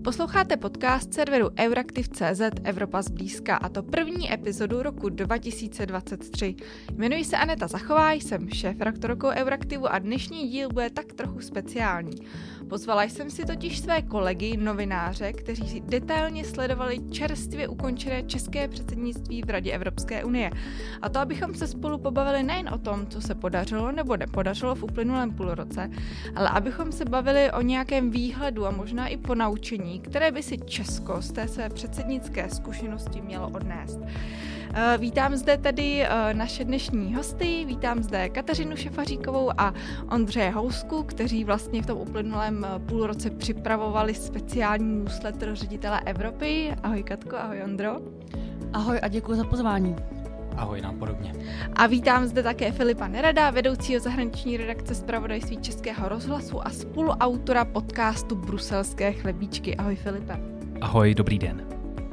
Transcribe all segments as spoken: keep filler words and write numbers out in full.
Posloucháte podcast serveru Euraktiv tečka cé zet Evropa zblízka, a to první epizodu roku dva tisíce dvacet tři. Jmenuji se Aneta Zachová, jsem šéfredaktorkou Euraktivu a dnešní díl bude tak trochu speciální. Pozvala jsem si totiž své kolegy, novináře, kteří detailně sledovali čerstvě ukončené české předsednictví v Radě Evropské unie. A to, abychom se spolu pobavili nejen o tom, co se podařilo nebo nepodařilo v uplynulém půlroce, ale abychom se bavili o nějakém výhledu a možná i ponaučení, které by si Česko z té své předsednické zkušenosti mělo odnést. Vítám zde tedy naše dnešní hosty, vítám zde Kateřinu Šafaříkovou a Ondřeje Housku, kteří vlastně v tom uplynulém půlroce připravovali speciální newsletter ředitele Evropy. Ahoj Katko, ahoj Ondro. Ahoj a děkuji za pozvání. Ahoj, nám podobně. A vítám zde také Filipa Nerada, vedoucího zahraniční redakce zpravodajství Českého rozhlasu a spoluautora podcastu Bruselské chlebíčky. Ahoj Filipe. Ahoj, dobrý den.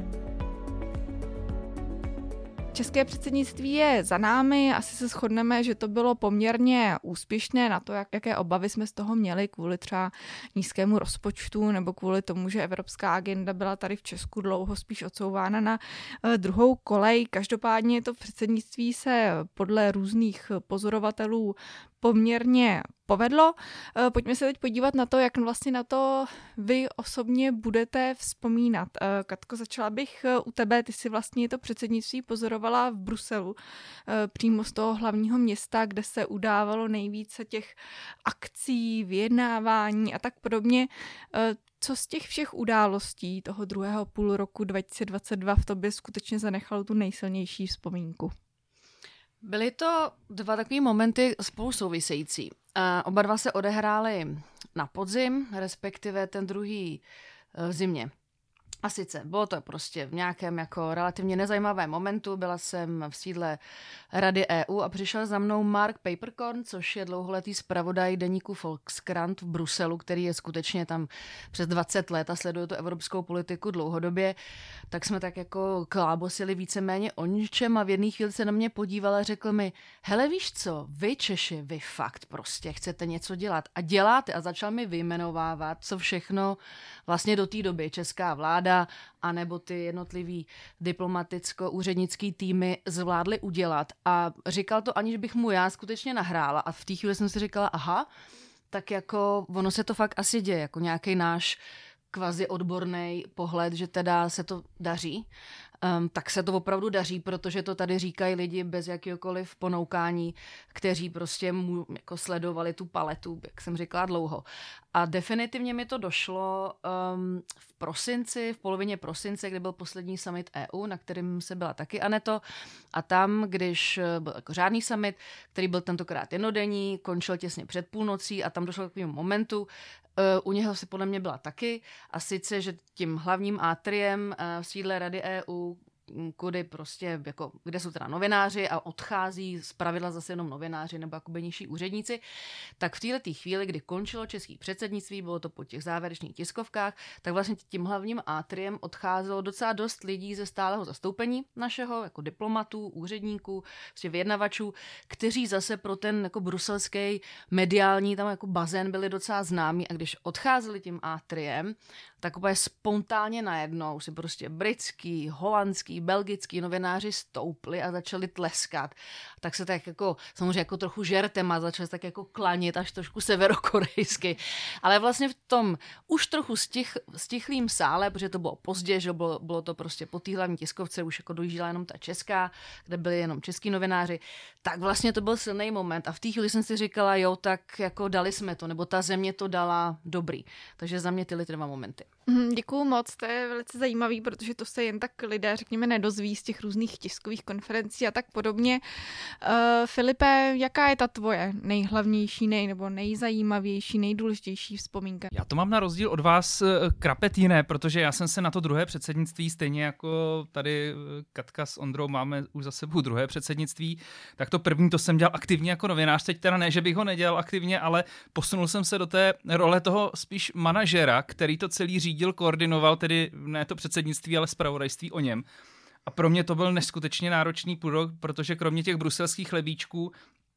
České předsednictví je za námi, asi se shodneme, že to bylo poměrně úspěšné na to, jak, jaké obavy jsme z toho měli kvůli třeba nízkému rozpočtu nebo kvůli tomu, že evropská agenda byla tady v Česku dlouho spíš odsouvána na uh, druhou kolej. Každopádně to předsednictví se podle různých pozorovatelů poměrně povedlo. Pojďme se teď podívat na to, jak vlastně na to vy osobně budete vzpomínat. Katko, začala bych u tebe. Ty si vlastně to předsednictví pozorovala v Bruselu, přímo z toho hlavního města, kde se udávalo nejvíce těch akcí, vyjednávání a tak podobně. Co z těch všech událostí toho druhého půl roku dva tisíce dvacet dva v tobě skutečně zanechalo tu nejsilnější vzpomínku? Byly to dva takové momenty spolu související. Oba dva se odehrály na podzim, respektive ten druhý v zimě. A sice bylo to prostě v nějakém jako relativně nezajímavém momentu. Byla jsem v sídle Rady E U a přišel za mnou Mark Paperkorn, což je dlouholetý zpravodaj deníku Volkskrant v Bruselu, který je skutečně tam přes dvacet let a sleduje tu evropskou politiku dlouhodobě. Tak jsme tak jako klábosili víceméně o ničem a v jedné chvíli se na mě podíval a řekl mi: hele, víš co, vy Češi, vy fakt prostě chcete něco dělat a děláte. A začal mi vyjmenovávat, co všechno vlastně do té doby česká vláda a nebo ty jednotlivý diplomaticko-úřednický týmy zvládly udělat. A říkal to, aniž bych mu já skutečně nahrála. A v té chvíli jsem si říkala, aha, tak jako ono se to fakt asi děje, jako nějaký náš kvazi odborný pohled, že teda se to daří. Um, tak se to opravdu daří, protože to tady říkají lidi bez jakéhokoliv ponoukání, kteří prostě mu jako sledovali tu paletu, jak jsem říkala, dlouho. A definitivně mi to došlo um, v prosinci, v polovině prosince, kdy byl poslední summit E U, na kterým se byla taky Aneto. A tam, když byl jako řádný summit, který byl tentokrát jednodenní, končil těsně před půlnocí a tam došlo k takovému momentu, uh, u něho se podle mě byla taky, a sice, že tím hlavním atriem uh, v sídle Rady E U, kudy prostě, jako, kde jsou teda novináři a odchází zpravidla zase jenom novináři nebo jakoby nižší úředníci, tak v této chvíli, kdy končilo české předsednictví, bylo to po těch závěrečných tiskovkách, tak vlastně tím hlavním atriem odcházelo docela dost lidí ze stálého zastoupení našeho, jako diplomatů, úředníků, prostě vyjednavačů, kteří zase pro ten jako bruselský mediální tam jako bazén byli docela známí, a když odcházeli tím atriem, tak úplně spontánně najednou si prostě britský, holandský, belgický novináři stoupli a začali tleskat. Tak se tak jako, samozřejmě jako trochu žertem a začali tak jako klanit až trošku severokorejsky. Ale vlastně v tom už trochu stich, stichlým sále, protože to bylo pozdě, že bylo, bylo to prostě po té hlavní tiskovce, už jako dojížděla jenom ta česká, kde byli jenom český novináři, tak vlastně to byl silný moment. A v té chvíli jsem si říkala, jo, tak jako dali jsme to, nebo ta země to dala dobrý. Takže za mě tyhle dva momenty. Děkuju moc, to je velice zajímavý, protože to se jen tak lidé, řekněme, nedozví z těch různých tiskových konferencí a tak podobně. Uh, Filipe, jaká je ta tvoje nejhlavnější, nej, nebo nejzajímavější, nejdůležitější vzpomínka? Já to mám na rozdíl od vás krapet jiné, protože já jsem se na to druhé předsednictví, stejně jako tady Katka s Ondrou máme už za sebou druhé předsednictví, tak to první to jsem dělal aktivně jako novinář, teď teda ne, že bych ho nedělal aktivně, ale posunul jsem se do té role toho spíš manažera, který to celý řídil, koordinoval, tedy ne to předsednictví, ale zpravodajství o něm. A pro mě to byl neskutečně náročný půl rok, protože kromě těch bruselských chlebíčků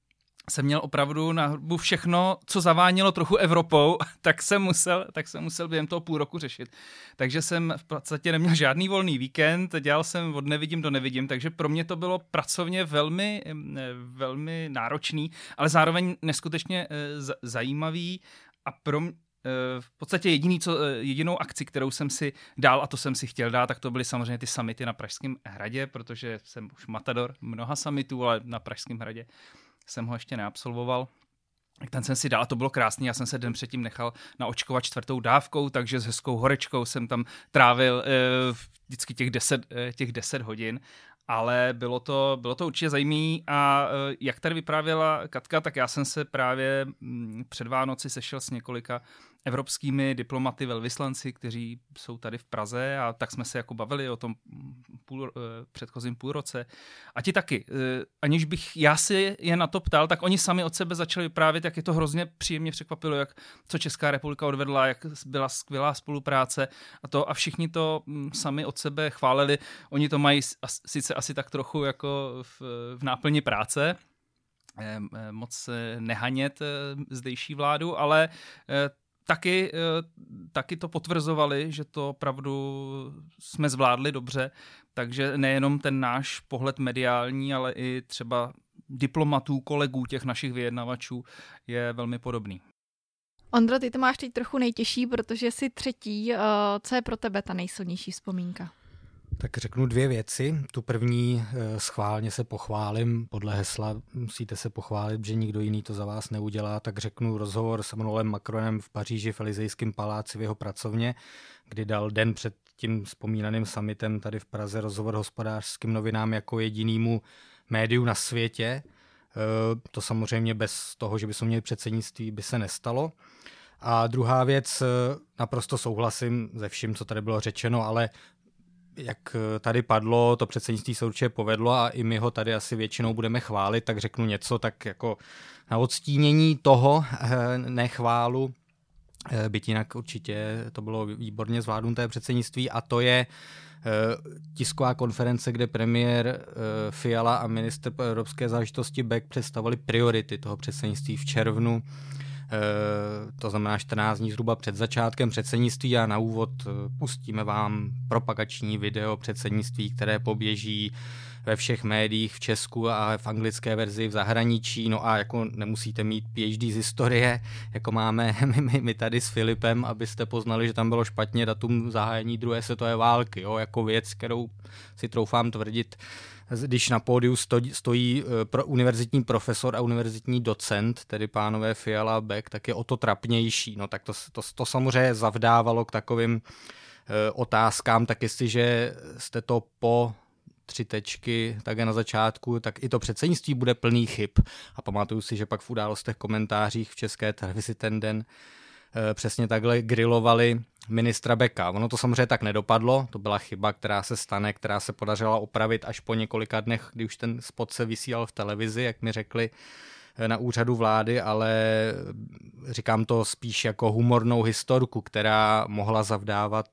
jsem měl opravdu na hrbu všechno, co zavánělo trochu Evropou, tak jsem musel, tak jsem musel během toho půl roku řešit. Takže jsem v podstatě neměl žádný volný víkend, dělal jsem od nevidím do nevidím, takže pro mě to bylo pracovně velmi, velmi náročný, ale zároveň neskutečně zajímavý a pro mě v podstatě jediný, co, jedinou akci, kterou jsem si dal, a to jsem si chtěl dát, tak to byly samozřejmě ty summity na Pražském hradě, protože jsem už matador mnoha summitů, ale na Pražském hradě jsem ho ještě neabsolvoval. Ten jsem si dal a to bylo krásný, já jsem se den předtím nechal naočkovat čtvrtou dávkou, takže s hezkou horečkou jsem tam trávil eh, vždycky těch deset, eh, těch deset hodin, ale bylo to, bylo to určitě zajímavé a eh, jak tady vyprávěla Katka, tak já jsem se právě hm, před Vánoci sešel s několika evropskými diplomaty, velvyslanci, kteří jsou tady v Praze a tak jsme se jako bavili o tom půl, předchozím půlroce. A ti taky. Aniž bych já si je na to ptal, tak oni sami od sebe začali vyprávět, jak je to hrozně příjemně překvapilo, jak co Česká republika odvedla, jak byla skvělá spolupráce a to a všichni to sami od sebe chválili. Oni to mají sice asi tak trochu jako v, v náplni práce, moc nehanět zdejší vládu, ale Taky, taky to potvrzovali, že to opravdu jsme zvládli dobře, takže nejenom ten náš pohled mediální, ale i třeba diplomatů, kolegů těch našich vyjednavačů je velmi podobný. Ondro, ty to máš teď trochu nejtěžší, protože jsi třetí. Co je pro tebe ta nejsilnější vzpomínka? Tak řeknu dvě věci. Tu první schválně se pochválím. Podle hesla musíte se pochválit, že nikdo jiný to za vás neudělá. Tak řeknu rozhovor s Emmanuelem Macronem v Paříži v Elysejském paláci v jeho pracovně, kdy dal den před tím vzpomínaným summitem tady v Praze rozhovor Hospodářským novinám jako jedinému médiu na světě. To samozřejmě bez toho, že bychom měli předsednictví, by se nestalo. A druhá věc, naprosto souhlasím se vším, co tady bylo řečeno, ale jak tady padlo, to předsednictví se určitě povedlo a i my ho tady asi většinou budeme chválit, tak řeknu něco tak jako na odstínění toho, nechválu, byť jinak určitě to bylo výborně zvládnuté předsednictví a to je tisková konference, kde premiér Fiala a ministr pro evropské záležitosti Bek představili priority toho předsednictví v červnu. To znamená čtrnáct dní zhruba před začátkem předsednictví a na úvod pustíme vám propagační video předsednictví, které poběží ve všech médiích v Česku a v anglické verzi v zahraničí. No a jako nemusíte mít P H D z historie, jako máme my, my tady s Filipem, abyste poznali, že tam bylo špatně datum zahájení druhé světové války, jo, jako věc, kterou si troufám tvrdit, když na pódiu stojí, stojí pro univerzitní profesor a univerzitní docent, tedy pánové Fiala a Bek, tak je o to trapnější. No tak to, to, to samozřejmě zavdávalo k takovým uh, otázkám, tak jestliže jste to po tři tečky také na začátku, tak i to předsednictví bude plný chyb. A pamatuju si, že pak v Událostech komentářích v České televizi ten den přesně takhle grilovali ministra Beka. Ono to samozřejmě tak nedopadlo, to byla chyba, která se stane, která se podařila opravit až po několika dnech, kdy už ten spot se vysílal v televizi, jak mi řekli na úřadu vlády, ale říkám to spíš jako humornou historku, která mohla zavdávat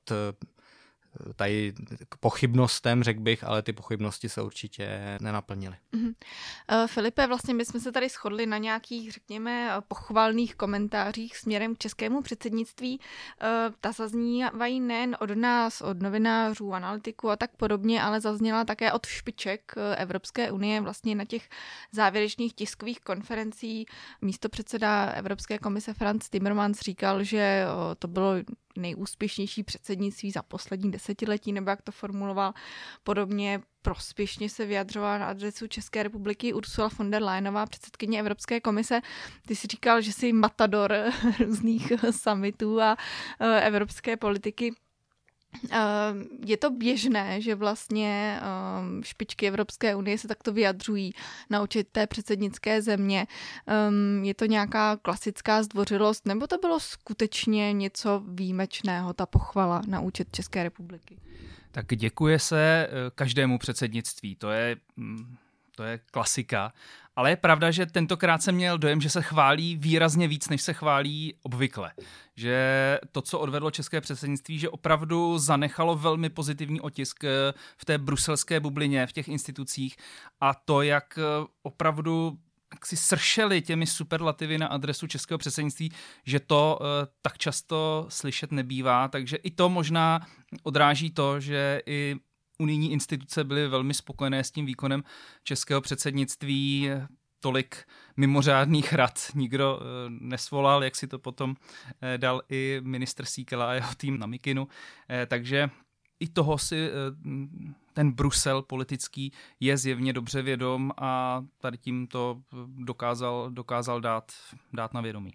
tady k pochybnostem, řekl bych, ale ty pochybnosti se určitě nenaplnily. Mm-hmm. Uh, Filipe, vlastně my jsme se tady shodli na nějakých, řekněme, pochvalných komentářích směrem k českému předsednictví. Uh, ta zaznívají nejen od nás, od novinářů, analytiků a tak podobně, ale zazněla také od špiček Evropské unie vlastně na těch závěrečných tiskových konferencí. Místopředseda Evropské komise Frans Timmermans říkal, že uh, to bylo nejúspěšnější předsednictví za poslední desetiletí, nebo jak to formuloval. Podobně prospěšně se vyjadřovala na adresu České republiky Ursula von der Leyenová, předsedkyně Evropské komise. Ty jsi říkal, že jsi matador různých summitů a evropské politiky. Je to běžné, že vlastně špičky Evropské unie se takto vyjadřují na určité předsednické země. Je to nějaká klasická zdvořilost, nebo to bylo skutečně něco výjimečného, ta pochvala na účet České republiky? Tak děkuje se každému předsednictví, to je, to je klasika. Ale je pravda, že tentokrát jsem měl dojem, že se chválí výrazně víc, než se chválí obvykle. Že to, co odvedlo české předsednictví, že opravdu zanechalo velmi pozitivní otisk v té bruselské bublině, v těch institucích a to, jak opravdu si sršeli těmi superlativy na adresu českého předsednictví, že to uh, tak často slyšet nebývá, takže i to možná odráží to, že i unijní instituce byly velmi spokojené s tím výkonem českého předsednictví, tolik mimořádných rad nikdo uh, nesvolal, jak si to potom uh, dal i ministr Síkela a jeho tým na mikinu, uh, takže i toho si ten Brusel politický je zjevně dobře vědom a tady tím to dokázal, dokázal dát, dát na vědomí.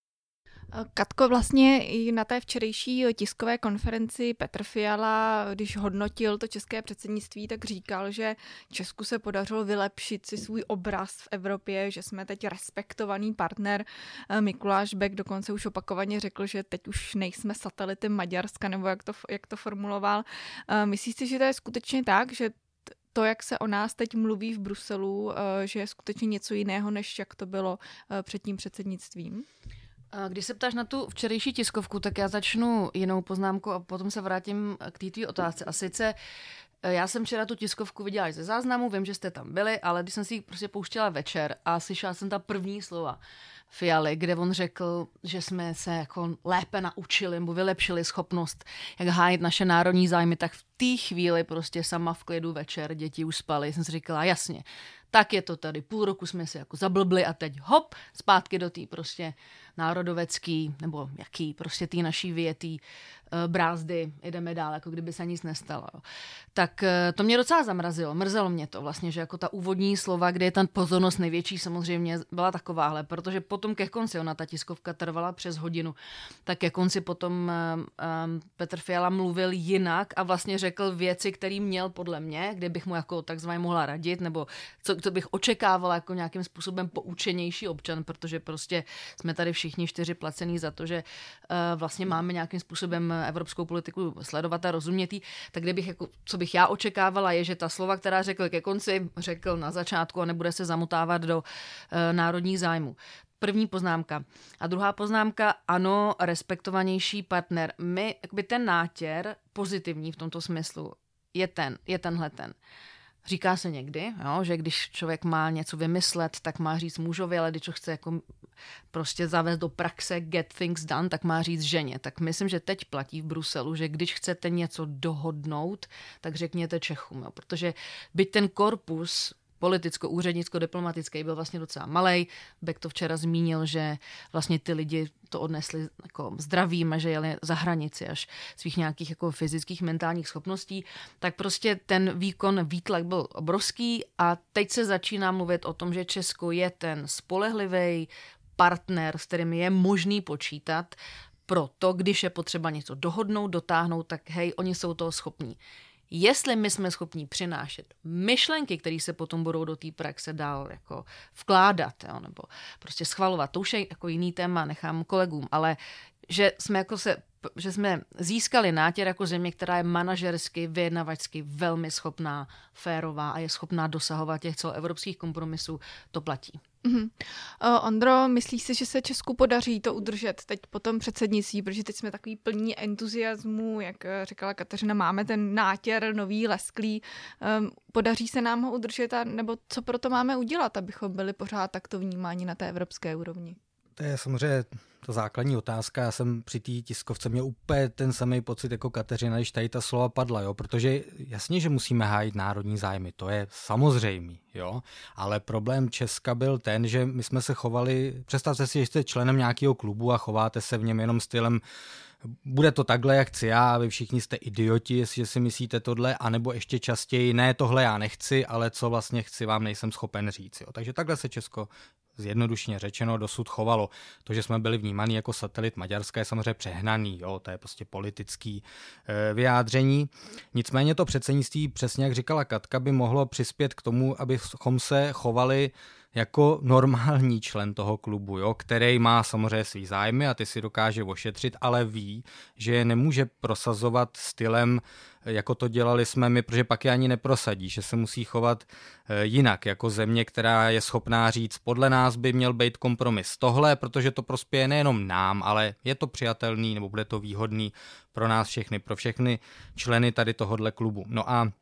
Katko, vlastně i na té včerejší tiskové konferenci Petr Fiala, když hodnotil to české předsednictví, tak říkal, že Česku se podařilo vylepšit si svůj obraz v Evropě, že jsme teď respektovaný partner. Mikuláš Bek dokonce už opakovaně řekl, že teď už nejsme satelitem Maďarska, nebo jak to, jak to formuloval. Myslíš si, že to je skutečně tak, že to, jak se o nás teď mluví v Bruselu, že je skutečně něco jiného, než jak to bylo před tím předsednictvím? Když se ptáš na tu včerejší tiskovku, tak já začnu jinou poznámkou a potom se vrátím k té tvý otázce. A sice já jsem včera tu tiskovku viděla ze záznamu, vím, že jste tam byli, ale když jsem si ji prostě pouštěla večer a slyšela jsem ta první slova Fialy, kde on řekl, že jsme se jako lépe naučili nebo vylepšili schopnost, jak hájit naše národní zájmy, tak v té chvíli prostě sama v klidu večer, děti už spaly, jsem si říkala, jasně, tak je to tady, půl roku jsme se jako zablbli a teď hop, zpátky do té prostě národovecký, nebo jaký, prostě té naší větý uh, brázdy, jdeme dál, jako kdyby se nic nestalo. Jo. Tak uh, to mě docela zamrazilo, mrzelo mě to vlastně, že jako ta úvodní slova, kde je ta pozornost největší, samozřejmě byla takováhle, protože potom ke konci, ona ta tiskovka trvala přes hodinu, tak ke konci potom uh, um, Petr Fiala mluvil jinak a vlastně řekl věci, které měl podle mě, kde bych mu jako takzvaně mohla radit, nebo co, co bych očekávala jako nějakým způsobem poučenější občan, protože prostě jsme tady všichni čtyři placený za to, že uh, vlastně máme nějakým způsobem evropskou politiku sledovat a rozumět jí, tak kde bych jako, co bych já očekávala, je, že ta slova, která řekl ke konci, řekl na začátku a nebude se zamotávat do uh, národních zájmů. První poznámka. A druhá poznámka, ano, respektovanější partner. My, jakoby ten nátěr pozitivní v tomto smyslu je ten, je tenhle ten. Říká se někdy, jo, že když člověk má něco vymyslet, tak má říct mužovi, ale když to chce jako prostě zavést do praxe, get things done, tak má říct ženě. Tak myslím, že teď platí v Bruselu, že když chcete něco dohodnout, tak řekněte Čechům. Jo, protože byť ten korpus politicko-úřednicko-diplomatický byl vlastně docela malej. Beck to včera zmínil, že vlastně ty lidi to odnesli jako zdravím a že jeli za hranici až svých nějakých jako fyzických, mentálních schopností, tak prostě ten výkon, výtlak byl obrovský a teď se začíná mluvit o tom, že Česko je ten spolehlivý partner, s kterým je možný počítat pro to, když je potřeba něco dohodnout, dotáhnout, tak hej, oni jsou toho schopní. Jestli my jsme schopni přinášet myšlenky, které se potom budou do té praxe dál jako vkládat, jo, nebo prostě schvalovat, to už je jako jiný téma, nechám kolegům, ale že jsme, jako se, že jsme získali nátěr jako země, která je manažersky, vyjednavačsky velmi schopná, férová a je schopná dosahovat těch celoevropských kompromisů, to platí. Mm-hmm. Uh, Ondro, myslíš si, že se Česku podaří to udržet teď po tom předsednictví, protože teď jsme takový plní entuziasmu, jak říkala Kateřina, máme ten nátěr nový, lesklý. Um, podaří se nám ho udržet, a, nebo co pro to máme udělat, abychom byli pořád takto vnímáni na té evropské úrovni? To je samozřejmě ta základní otázka. Já jsem při té tiskovce měl úplně ten samý pocit jako Kateřina, když tady ta slova padla, jo? Protože jasně, že musíme hájit národní zájmy, to je samozřejmý, jo? Ale problém Česka byl ten, že my jsme se chovali, představte si, že jste členem nějakého klubu a chováte se v něm jenom stylem bude to takhle, jak chci já, vy všichni jste idioti, jestliže si myslíte tohle, anebo ještě častěji, ne, tohle já nechci, ale co vlastně chci, vám nejsem schopen říct. Jo? Takže takhle se Česko zjednodušně řečeno dosud chovalo. To, že jsme byli vnímaní jako satelit Maďarska, je samozřejmě přehnaný, jo? To je prostě politický e, vyjádření. Nicméně to předsednictví, přesně jak říkala Katka, by mohlo přispět k tomu, abychom se chovali jako normální člen toho klubu, jo, který má samozřejmě svý zájmy a ty si dokáže ošetřit, ale ví, že je nemůže prosazovat stylem, jako to dělali jsme my, protože pak je ani neprosadí, že se musí chovat jinak, jako země, která je schopná říct, podle nás by měl být kompromis tohle, protože to prospěje nejenom nám, ale je to přijatelný nebo bude to výhodný pro nás všechny, pro všechny členy tady tohohle klubu. No a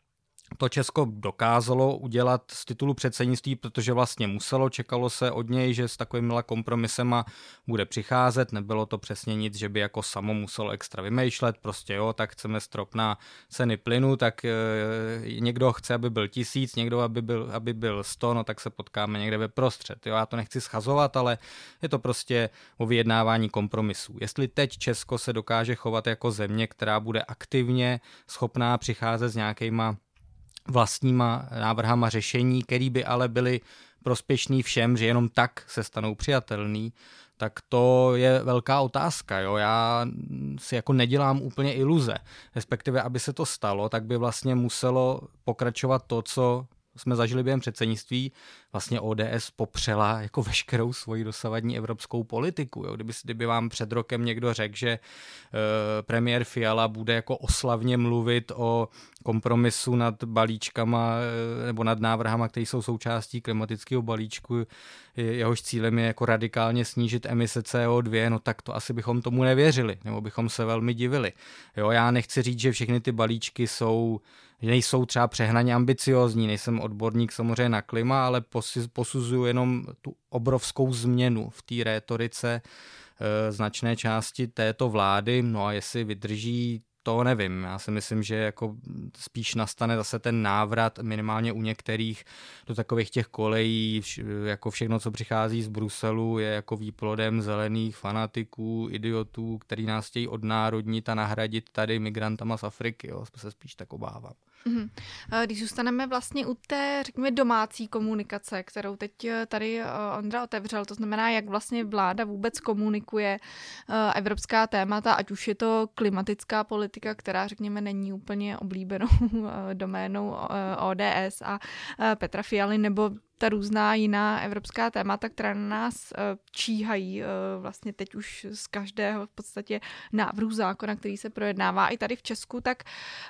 to Česko dokázalo udělat z titulu předsednictví, protože vlastně muselo, čekalo se od něj, že s takovýmhle kompromisema bude přicházet, nebylo to přesně nic, že by jako samo muselo extra vymýšlet, prostě jo, tak chceme strop na ceny plynu, tak e, někdo chce, aby byl tisíc, někdo, aby byl, aby byl sto, no tak se potkáme někde ve prostřed, jo, já to nechci schazovat, ale je to prostě o vyjednávání kompromisů. Jestli teď Česko se dokáže chovat jako země, která bude aktivně schopná přicházet s nějakýma vlastníma návrhama řešení, který by ale byly prospěšný všem, že jenom tak se stanou přijatelný, tak to je velká otázka. Jo? Já si jako nedělám úplně iluze. Respektive, aby se to stalo, tak by vlastně muselo pokračovat to, co jsme zažili během předsednictví. Vlastně O D S popřela jako veškerou svoji dosavadní evropskou politiku. Jo? Kdyby, kdyby vám před rokem někdo řekl, že e, premiér Fiala bude jako oslavně mluvit o kompromisu nad balíčkama e, nebo nad návrhama, které jsou součástí klimatického balíčku, jehož cílem je jako radikálně snížit emise C O dva, no tak to asi bychom tomu nevěřili, nebo bychom se velmi divili. Jo? Já nechci říct, že všechny ty balíčky jsou že nejsou třeba přehnaně ambiciózní, nejsem odborník samozřejmě na klima, ale posuzuju jenom tu obrovskou změnu v té rétorice e, značné části této vlády, no a jestli vydrží, to nevím. Já si myslím, že jako spíš nastane zase ten návrat minimálně u některých do takových těch kolejí, jako všechno, co přichází z Bruselu, je jako výplodem zelených fanatiků, idiotů, který nás chtějí odnárodnit a nahradit tady migrantama z Afriky. Jo, se spíš tak obávám. Mm-hmm. Když zůstaneme vlastně u té, řekněme, domácí komunikace, kterou teď tady Ondra otevřel, to znamená, jak vlastně vláda vůbec komunikuje evropská témata, ať už je to klimatická politika, která, řekněme, není úplně oblíbenou doménou O D S a Petra Fialy, nebo ta různá jiná evropská témata, která na nás číhají vlastně teď už z každého v podstatě návrhu zákona, který se projednává i tady v Česku, tak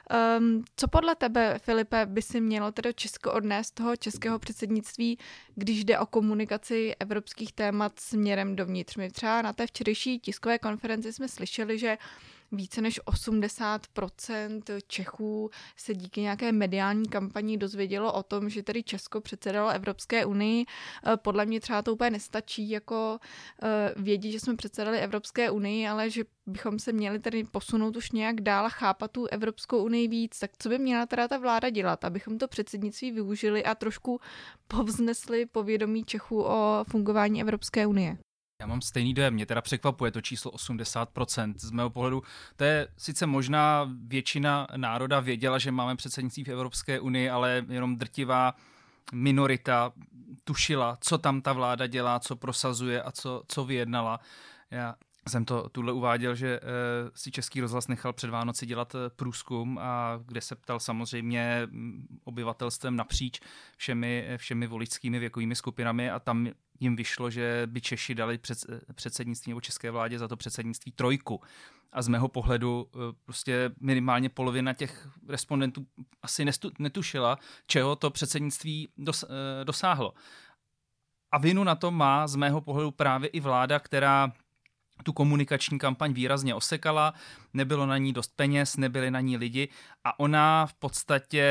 um, co podle tebe, Filipe, by si mělo tedy Česko odnést toho českého předsednictví, když jde o komunikaci evropských témat směrem dovnitř? My třeba na té včerejší tiskové konferenci jsme slyšeli, že více než osmdesát procent Čechů se díky nějaké mediální kampani dozvědělo o tom, že tady Česko předsedalo Evropské unii. Podle mě třeba to úplně nestačí jako vědět, že jsme předsedali Evropské unii, ale že bychom se měli tady posunout už nějak dál a chápat tu Evropskou unii víc. Tak co by měla teda ta vláda dělat, abychom to předsednictví využili a trošku povznesli povědomí Čechů o fungování Evropské unie? Já mám stejný dojem, mě teda překvapuje to číslo osmdesát procent. Z mého pohledu to je sice možná většina národa věděla, že máme předsednictví v Evropské unii, ale jenom drtivá minorita tušila, co tam ta vláda dělá, co prosazuje a co, co vyjednala. Já jsem to tuhle uváděl, že uh, si Český rozhlas nechal před Vánoci dělat průzkum, a kde se ptal samozřejmě obyvatelstvem napříč všemi, všemi voličskými věkovými skupinami, a tam jim vyšlo, že by Češi dali před, předsednictví nebo české vládě za to předsednictví trojku. A z mého pohledu uh, prostě minimálně polovina těch respondentů asi nestu, netušila, čeho to předsednictví dos, uh, dosáhlo. A vinu na to má z mého pohledu právě i vláda, která tu komunikační kampaň výrazně osekala, nebylo na ní dost peněz, nebyli na ní lidi a ona v podstatě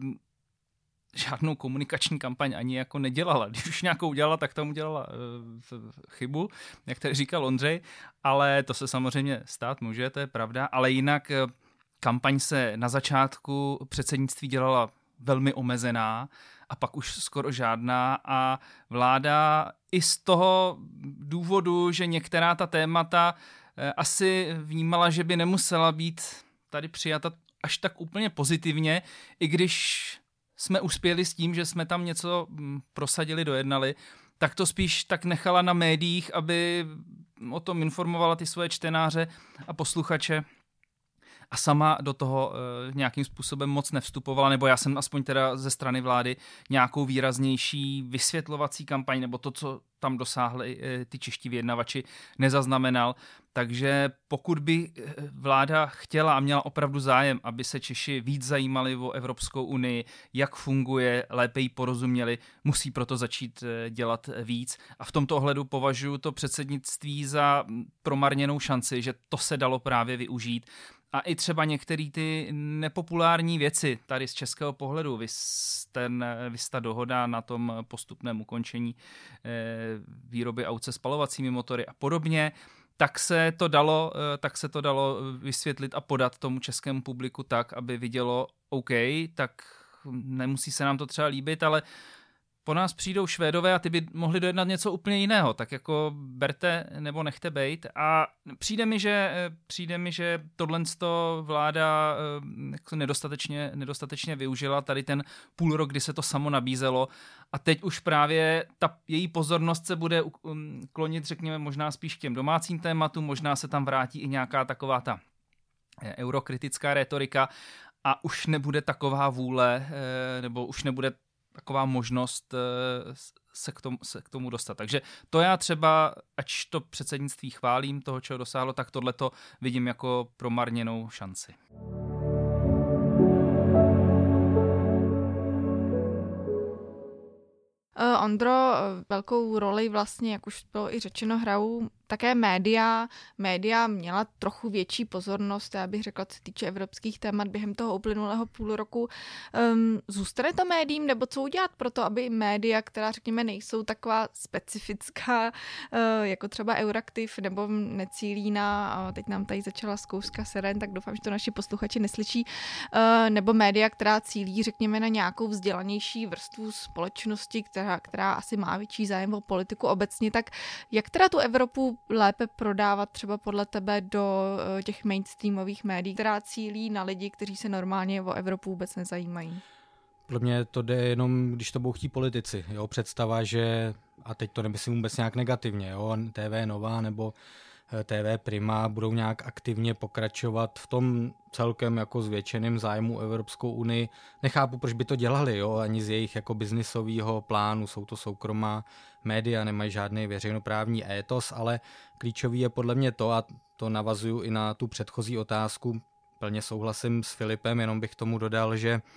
žádnou komunikační kampaň ani jako nedělala. Když už nějakou dělala, tak tam udělala uh, chybu, jak tady říkal Ondřej, ale to se samozřejmě stát může, to je pravda, ale jinak uh, kampaň se na začátku předsednictví dělala velmi omezená a pak už skoro žádná a vláda i z toho důvodu, že některá ta témata asi vnímala, že by nemusela být tady přijata až tak úplně pozitivně, i když jsme uspěli s tím, že jsme tam něco prosadili, dojednali, tak to spíš tak nechala na médiích, aby o tom informovala ty svoje čtenáře a posluchače. A sama do toho e, nějakým způsobem moc nevstupovala, nebo já jsem aspoň teda ze strany vlády nějakou výraznější vysvětlovací kampaň, nebo to, co tam dosáhli e, ty čeští vyjednavači, nezaznamenal. Takže pokud by vláda chtěla a měla opravdu zájem, aby se Češi víc zajímali o Evropskou unii, jak funguje, lépe jí porozuměli, musí proto začít dělat víc. A v tomto ohledu považuji to předsednictví za promarněnou šanci, že to se dalo právě využít a i třeba některé ty nepopulární věci tady z českého pohledu, vys, ten, vys ta dohoda na tom postupném ukončení eh, výroby aut se spalovacími motory a podobně, tak se to dalo, tak se to dalo vysvětlit a podat tomu českému publiku tak, aby vidělo, OK, tak nemusí se nám to třeba líbit, ale po nás přijdou Švédové a ty by mohli dojednat něco úplně jiného, tak jako berte nebo nechte bejt. A přijde mi, že, přijde mi, že tohle vláda jako nedostatečně, nedostatečně využila, tady ten půl rok, kdy se to samo nabízelo a teď už právě ta její pozornost se bude klonit, řekněme, možná spíš k těm domácím tématům, možná se tam vrátí i nějaká taková ta eurokritická retorika a už nebude taková vůle, nebo už nebude taková možnost se k, tomu, se k tomu dostat. Takže to já třeba, ač to předsednictví chválím, toho, čeho dosáhlo, tak tohleto vidím jako promarněnou šanci. Ondro, velkou roli vlastně, jak už bylo i řečeno, hrajou také média. Média měla trochu větší pozornost, já bych řekla, co se týče evropských témat během toho uplynulého půl roku. Um, zůstane to médiím, nebo co udělat pro to, aby média, která, řekněme, nejsou taková specifická, uh, jako třeba Euraktiv, nebo necílí na, uh, teď nám tady začala zkouška Seren, tak doufám, že to naši posluchači neslyší, uh, nebo média, která cílí, řekněme, na nějakou vzdělanější vrstvu společnosti, která, která asi má větší zájem o politiku obecně, tak jak teda tu Evropu lépe prodávat třeba podle tebe do těch mainstreamových médií, která cílí na lidi, kteří se normálně o Evropu vůbec nezajímají? Pro mě to jde jenom, když to budou chtít politici. Jo? Představa, že, a teď to nemyslím vůbec nějak negativně, jo? T V Nova nebo T V Prima budou nějak aktivně pokračovat v tom celkem jako zvětšeným zájmu Evropskou unii. Nechápu, proč by to dělali, jo? Ani z jejich jako biznisového plánu, jsou to soukromá média, nemají žádný veřejnoprávní étos, ale klíčový je podle mě to, a to navazuju i na tu předchozí otázku, plně souhlasím s Filipem, jenom bych tomu dodal, že e,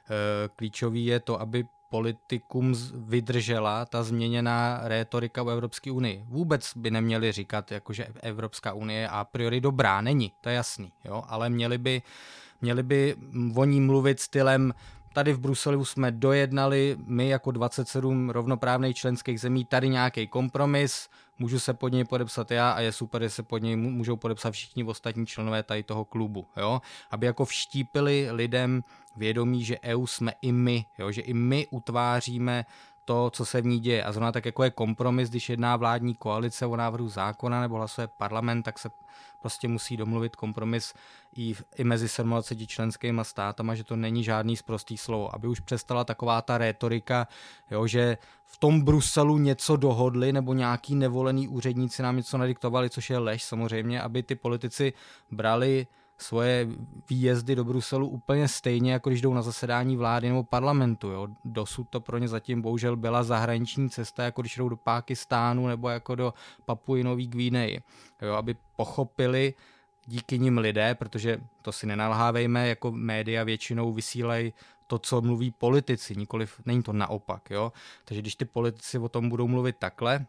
klíčový je to, aby politikum vydržela ta změněná rétorika o Evropské unii. Vůbec by neměli říkat, jako, že Evropská unie je a priori dobrá, není, to je jasný, jo? Ale měli by, měli by o ní mluvit stylem, tady v Bruselu jsme dojednali, my jako dvacet sedm rovnoprávných členských zemí, tady nějaký kompromis, můžu se pod něj podepsat já a je super, že se pod něj můžou podepsat všichni ostatní členové tady toho klubu. Jo? Aby jako vštípili lidem vědomí, že E U jsme i my, jo? Že i my utváříme to, co se v ní děje. A zrovna tak jako je kompromis, když jedná vládní koalice o návrhu zákona nebo hlasuje parlament, tak se prostě musí domluvit kompromis i, i mezi dvaceti sedmi členskými státama, že to není žádný sprostý slovo. Aby už přestala taková ta rétorika, jo, že v tom Bruselu něco dohodli nebo nějaký nevolený úředníci nám něco nadiktovali, což je lež samozřejmě, aby ty politici brali svoje výjezdy do Bruselu úplně stejně, jako když jdou na zasedání vlády nebo parlamentu. Jo. Dosud to pro ně zatím bohužel byla zahraniční cesta, jako když jdou do Pákistánu nebo jako do Papuji Nový Guineji. Jo, aby pochopili díky nim lidé, protože to si nenalhávejme, jako média většinou vysílají to, co mluví politici, nikoliv, není to naopak. Jo. Takže když ty politici o tom budou mluvit takhle,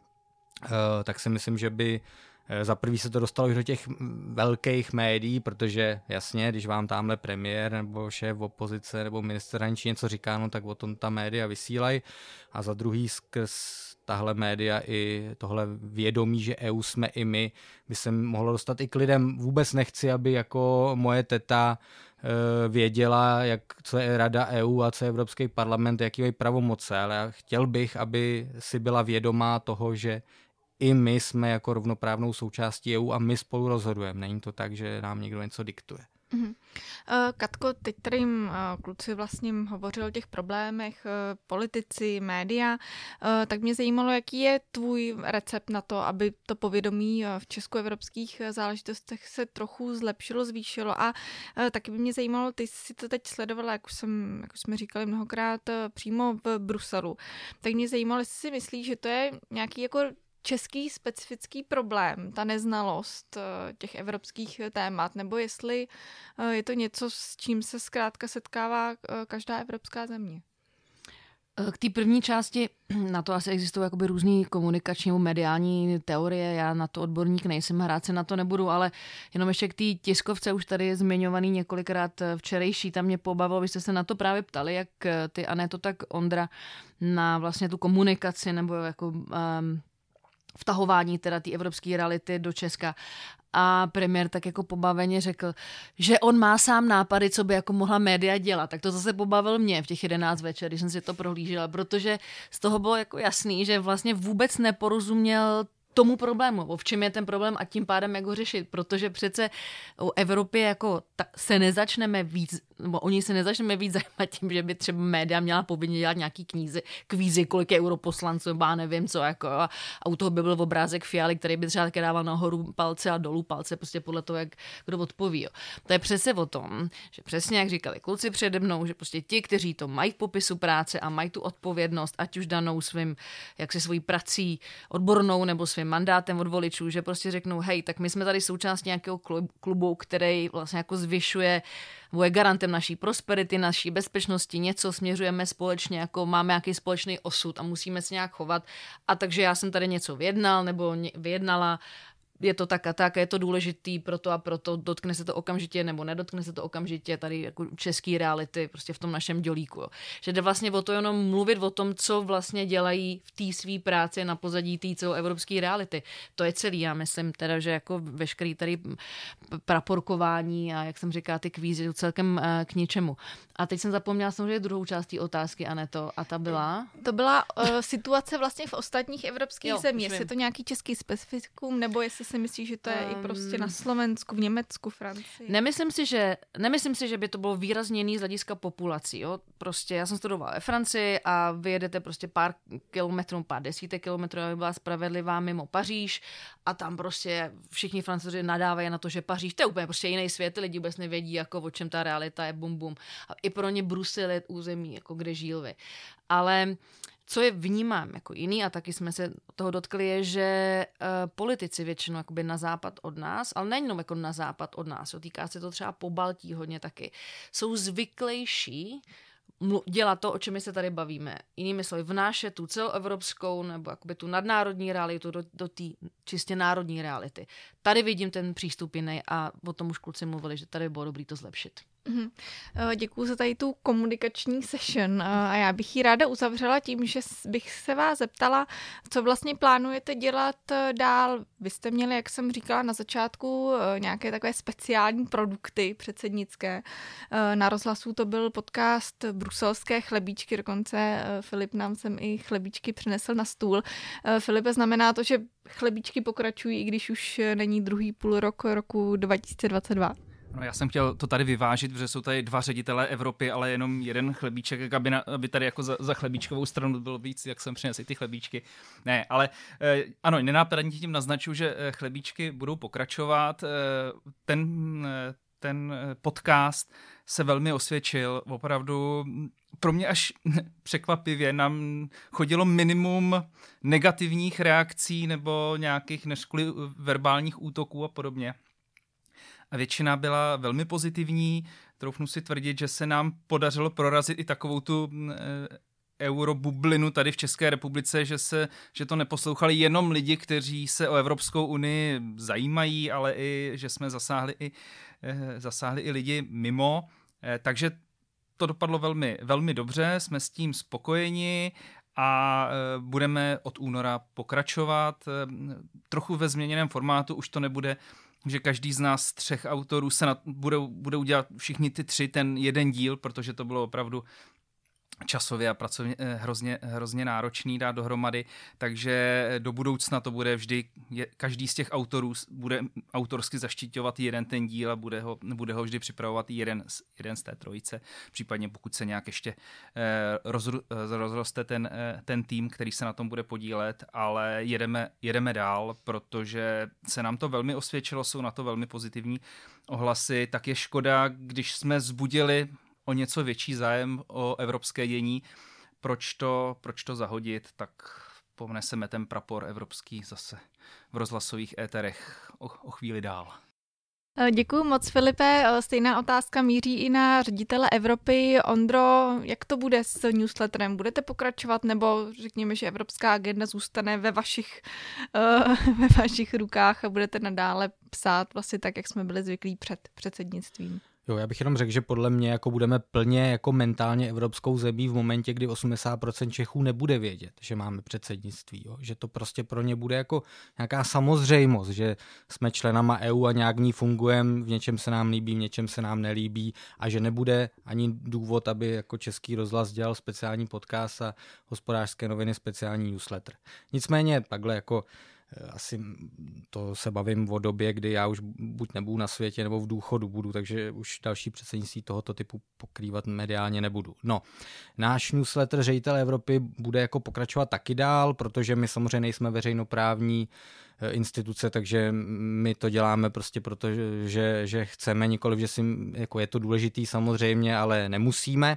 tak si myslím, že by za prvý se to dostalo i do těch velkých médií, protože jasně, když vám tamhle premiér nebo šéf opozice nebo ministr zahraničí něco říká, no tak o tom ta média vysílají. A za druhý skrz tahle média i tohle vědomí, že E U jsme i my, by se mohlo dostat i k lidem. Vůbec nechci, aby jako moje teta věděla, jak, co je Rada E U a co je Evropský parlament, jaký mají pravomoce, ale já chtěl bych, aby si byla vědomá toho, že i my jsme jako rovnoprávnou součástí E U a my spolu rozhodujeme. Není to tak, že nám někdo něco diktuje. Mm-hmm. Katko, teď tady jim kluci vlastně hovořili o těch problémech, politici, média, tak mě zajímalo, jaký je tvůj recept na to, aby to povědomí v českoevropských záležitostech se trochu zlepšilo, zvýšilo a taky by mě zajímalo, ty jsi to teď sledovala, jak už, jsem, jak už jsme říkali mnohokrát, přímo v Bruselu, tak mě zajímalo, jestli si myslíš, že to je nějaký jako český specifický problém, ta neznalost těch evropských témat, nebo jestli je to něco, s čím se zkrátka setkává každá evropská země? K té první části, na to asi existují jakoby různý komunikační nebo mediální teorie, já na to odborník nejsem, hrát se na to nebudu, ale jenom ještě k té tiskovce, už tady je zmiňovaný několikrát včerejší, tam mě pobavilo, vy jste se na to právě ptali, jak ty Aneto, tak Ondra, na vlastně tu komunikaci nebo jako um, vtahování teda té evropské reality do Česka. A premiér tak jako pobaveně řekl, že on má sám nápady, co by jako mohla média dělat. Tak to zase pobavil mě v těch jedenáct večer, když jsem si to prohlížela, protože z toho bylo jako jasný, že vlastně vůbec neporozuměl tomu problému, v čem je ten problém a tím pádem jak ho řešit, protože přece o Evropě jako ta, se nezačneme víc, nebo oni se nezačneme víc zajímat tím, že by třeba média měla povinně dělat nějaký knízy, kvízy, kolik je europoslanců, nebo já nevím co, jako, a, a u toho by byl obrázek Fialy, který by třeba také dával nahoru palce a dolů palce, prostě podle toho, jak kdo odpoví. Jo. To je přesně o tom, že přesně jak říkali kluci přede mnou, že prostě ti, kteří to mají v popisu práce a mají tu odpovědnost, ať už danou svým, jak se svojí prací odbornou nebo svým mandátem od voličů, že prostě řeknou, hej, tak my jsme tady součástí nějakého klubu, který vlastně jako zvyšuje, je garantem naší prosperity, naší bezpečnosti, něco směřujeme společně, jako máme nějaký společný osud a musíme se nějak chovat. A takže já jsem tady něco vyjednal nebo vyjednala, je to tak a tak, je to důležitý proto a proto, dotkne se to okamžitě nebo nedotkne se to okamžitě tady jako český reality prostě v tom našem dělíku. Jo. Že jde vlastně o to jenom mluvit o tom, co vlastně dělají v té své práci na pozadí té celoevropské reality. To je celý, já myslím teda, že jako veškerý tady praporkování a jak jsem říká, ty kvízy jsou celkem uh, k ničemu. A teď jsem zapomněla samozřejmě druhou část té otázky, Aneto, a ta byla? To byla uh, situace vlastně v ostatních evropských zemích. Jestli vím. je to nějaký český specifikum, nebo jestli si myslíš, že to je um, i prostě na Slovensku, v Německu, Francii? Nemyslím si, že, nemyslím si, že by to bylo výrazně jiný z hlediska populací. Jo? Prostě já jsem studovala ve Francii a vy jedete prostě pár kilometrů, pár desítek kilometrů, aby byla spravedlivá mimo Paříž a tam prostě všichni Francouzi nadávají na to, že Paříž, to je úplně prostě jiný svět, lidi vůbec nevědí, jako o čem ta realita je, bum bum. A i pro ně Brusel je území, jako kde žil vy. Ale co je vnímám jako jiný, a taky jsme se toho dotkli, je, že uh, politici většinou jakoby na západ od nás, ale nejenom jako na západ od nás, jo, týká se to třeba Pobaltí hodně taky, jsou zvyklejší dělat to, o čem my se tady bavíme. Jinými slovy, vnášet tu celoevropskou nebo jakoby tu nadnárodní realitu do, do té čistě národní reality. Tady vidím ten přístup jiný a o tom už kluci mluvili, že tady by bylo dobré to zlepšit. Mm-hmm. Děkuju za tady tu komunikační session a já bych ji ráda uzavřela tím, že bych se vás zeptala, co vlastně plánujete dělat dál. Vy jste měli, jak jsem říkala na začátku, nějaké takové speciální produkty předsednické. Na Rozhlasu to byl podcast Bruselské chlebíčky, dokonce Filip nám sem i chlebíčky přinesl na stůl. Filipe, znamená to, že chlebíčky pokračují, i když už není druhý půl rok roku dva tisíce dvacet dva? No, já jsem chtěl to tady vyvážit, protože jsou tady dva ředitelé Evropy, ale jenom jeden chlebíček, aby, na, aby tady jako za, za chlebíčkovou stranu bylo víc, jak jsem přinesl ty chlebíčky. Ne, ale eh, ano, nenápadně tím naznačuji, že eh, chlebíčky budou pokračovat. Eh, ten, eh, ten podcast se velmi osvědčil, opravdu pro mě až překvapivě nám chodilo minimum negativních reakcí nebo nějakých neškuli verbálních útoků a podobně. A většina byla velmi pozitivní. Troufnu si tvrdit, že se nám podařilo prorazit i takovou tu e, eurobublinu tady v České republice, že, se, že to neposlouchali jenom lidi, kteří se o Evropskou unii zajímají, ale i, že jsme zasáhli i, e, zasáhli i lidi mimo. E, takže to dopadlo velmi, velmi dobře, jsme s tím spokojeni a e, budeme od února pokračovat. E, trochu ve změněném formátu, už to nebude, že každý z nás třech autorů se na, budou, budou dělat všichni ty tři ten jeden díl, protože to bylo opravdu časově a pracovně hrozně, hrozně náročný dát dohromady, takže do budoucna to bude vždy, je, každý z těch autorů bude autorsky zaštiťovat jeden ten díl a bude ho, bude ho vždy připravovat jeden, jeden z té trojice, případně pokud se nějak ještě eh, roz, rozroste ten, eh, ten tým, který se na tom bude podílet, ale jedeme, jedeme dál, protože se nám to velmi osvědčilo, jsou na to velmi pozitivní ohlasy, tak je škoda, když jsme zbudili o něco větší zájem o evropské dění, proč to, proč to zahodit, tak povneseme ten prapor evropský zase v rozhlasových éterech o, o chvíli dál. Děkuji moc, Filipe. Stejná otázka míří i na ředitele Evropy. Ondro, jak to bude s newsletterem? Budete pokračovat, nebo řekněme, že Evropská agenda zůstane ve vašich, uh, ve vašich rukách a budete nadále psát vlastně tak, jak jsme byli zvyklí před předsednictvím? Jo, já bych jenom řekl, že podle mě jako budeme plně jako mentálně evropskou zemí v momentě, kdy osmdesát procent Čechů nebude vědět, že máme předsednictví. Jo? Že to prostě pro ně bude jako nějaká samozřejmost, že jsme členama E U a nějak v ní fungujeme, v něčem se nám líbí, v něčem se nám nelíbí a že nebude ani důvod, aby jako Český rozhlas dělal speciální podcast a Hospodářské noviny speciální newsletter. Nicméně takhle jako asi to se bavím o době, kdy já už buď nebudu na světě, nebo v důchodu budu, takže už další předsednictví tohoto typu pokrývat mediálně nebudu. No, náš newsletter Ředitel Evropy bude jako pokračovat taky dál, protože my samozřejmě nejsme veřejnoprávní instituce, takže my to děláme prostě proto, že, že chceme, nikoliv, že si, jako je to důležitý samozřejmě, ale nemusíme.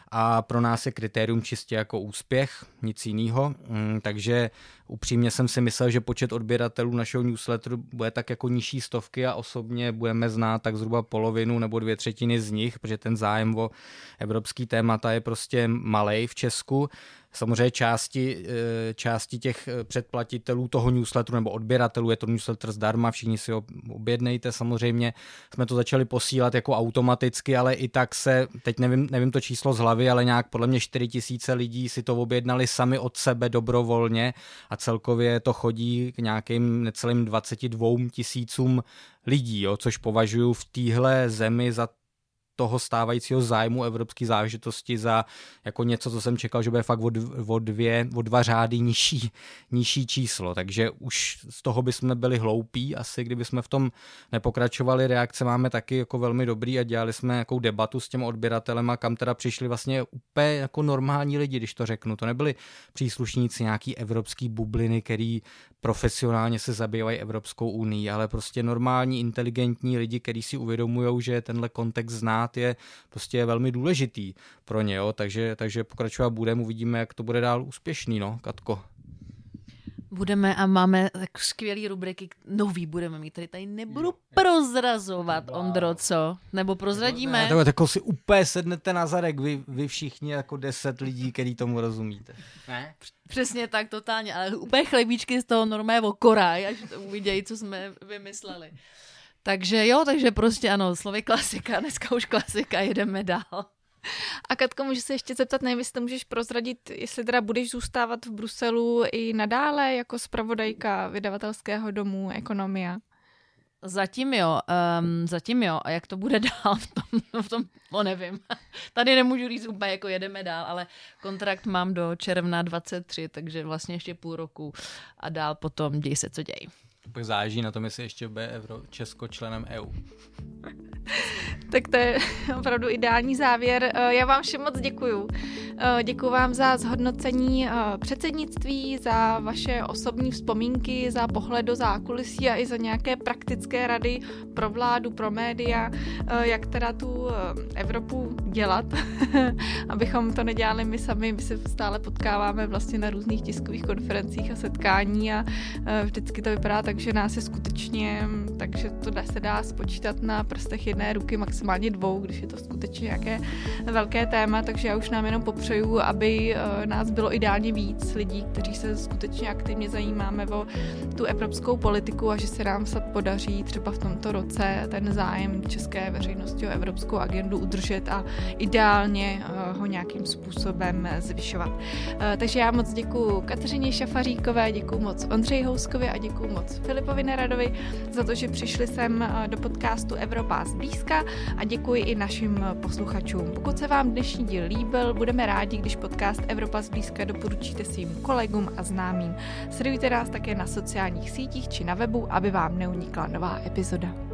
A pro nás je kritérium čistě jako úspěch, nic jiného. Takže upřímně jsem si myslel, že počet odběratelů našeho newsletteru bude tak jako nižší stovky a osobně budeme znát tak zhruba polovinu nebo dvě třetiny z nich, protože ten zájem o evropský témata je prostě malej v Česku. Samozřejmě části, části těch předplatitelů toho newsletteru nebo odběratelů, je to newsletter zdarma, všichni si ho objednejte, samozřejmě jsme to začali posílat jako automaticky, ale i tak se, teď nevím, nevím to číslo z hlavy, ale nějak podle mě čtyři tisíce lidí si to objednali sami od sebe dobrovolně a celkově to chodí k nějakým necelým dvaceti dvou tisícům lidí, jo, což považuji v téhle zemi za toho stávajícího zájmu evropské záležitosti za jako něco, co jsem čekal, že bude fakt o, o, dvě, o dva řády nižší, nižší číslo. Takže už z toho bychom byli hloupí, asi kdyby jsme v tom nepokračovali. Reakce máme taky jako velmi dobrý a dělali jsme nějakou debatu s těmi odběratelema, kam teda přišli vlastně úplně jako normální lidi, když to řeknu. To nebyli příslušníci nějaký evropský bubliny, který profesionálně se zabývají Evropskou unii, ale prostě normální, inteligentní lidi, kteří si uvědomují, že tenhle kontext znát je prostě velmi důležitý pro ně, jo? Takže, takže pokračovat budeme, uvidíme, jak to bude dál úspěšný, no, Katko. Budeme a máme tak skvělý rubriky, nový budeme mít, tady tady nebudu prozrazovat, Ondro, co? Nebo prozradíme? Ne, tak jako si úplně sednete na zadek, vy, vy všichni jako deset lidí, který tomu rozumíte. Ne? Přesně tak, totálně, ale úplně chlebíčky z toho normálního koraj, až to uvidějí, co jsme vymysleli. Takže jo, takže prostě ano, slovy klasika, dneska už klasika, jedeme dál. A Katko, můžu se ještě zeptat, nevím, jestli to můžeš prozradit, jestli teda budeš zůstávat v Bruselu i nadále jako zpravodajka vydavatelského domu Ekonomia? Zatím jo, um, zatím jo. A jak to bude dál v tom, v tom, no nevím. Tady nemůžu říct úplně, jako jedeme dál, ale kontrakt mám do června dvacet tři, takže vlastně ještě půl roku a dál potom děj se, co děj. Pak záleží na tom, jestli ještě bude Euro, Česko členem E U. Tak to je opravdu ideální závěr. Já vám všem moc děkuju. Děkuju vám za zhodnocení předsednictví, za vaše osobní vzpomínky, za pohled do zákulisí a i za nějaké praktické rady pro vládu, pro média, jak teda tu Evropu dělat, abychom to nedělali my sami. My se stále potkáváme vlastně na různých tiskových konferencích a setkání a vždycky to vypadá tak, že nás je skutečně, takže to se dá spočítat na prstech jedné ruky, maximálně dvou, když je to skutečně nějaké velké téma, takže já už nám jenom popřeju, aby nás bylo ideálně víc lidí, kteří se skutečně aktivně zajímáme o tu evropskou politiku a že se nám snad podaří třeba v tomto roce ten zájem české veřejnosti o evropskou agendu udržet a ideálně ho nějakým způsobem zvyšovat. Takže já moc děkuju Kateřině Šafaříkové, děkuju moc Ondřeji Houskovi a děkuju moc Filipovi Neradovi za to, že přišli sem do podcastu Evropa zblízka a děkuji i našim posluchačům. Pokud se vám dnešní díl líbil, budeme rádi, když podcast Evropa zblízka doporučíte svým kolegům a známým. Sledujte nás také na sociálních sítích či na webu, aby vám neunikla nová epizoda.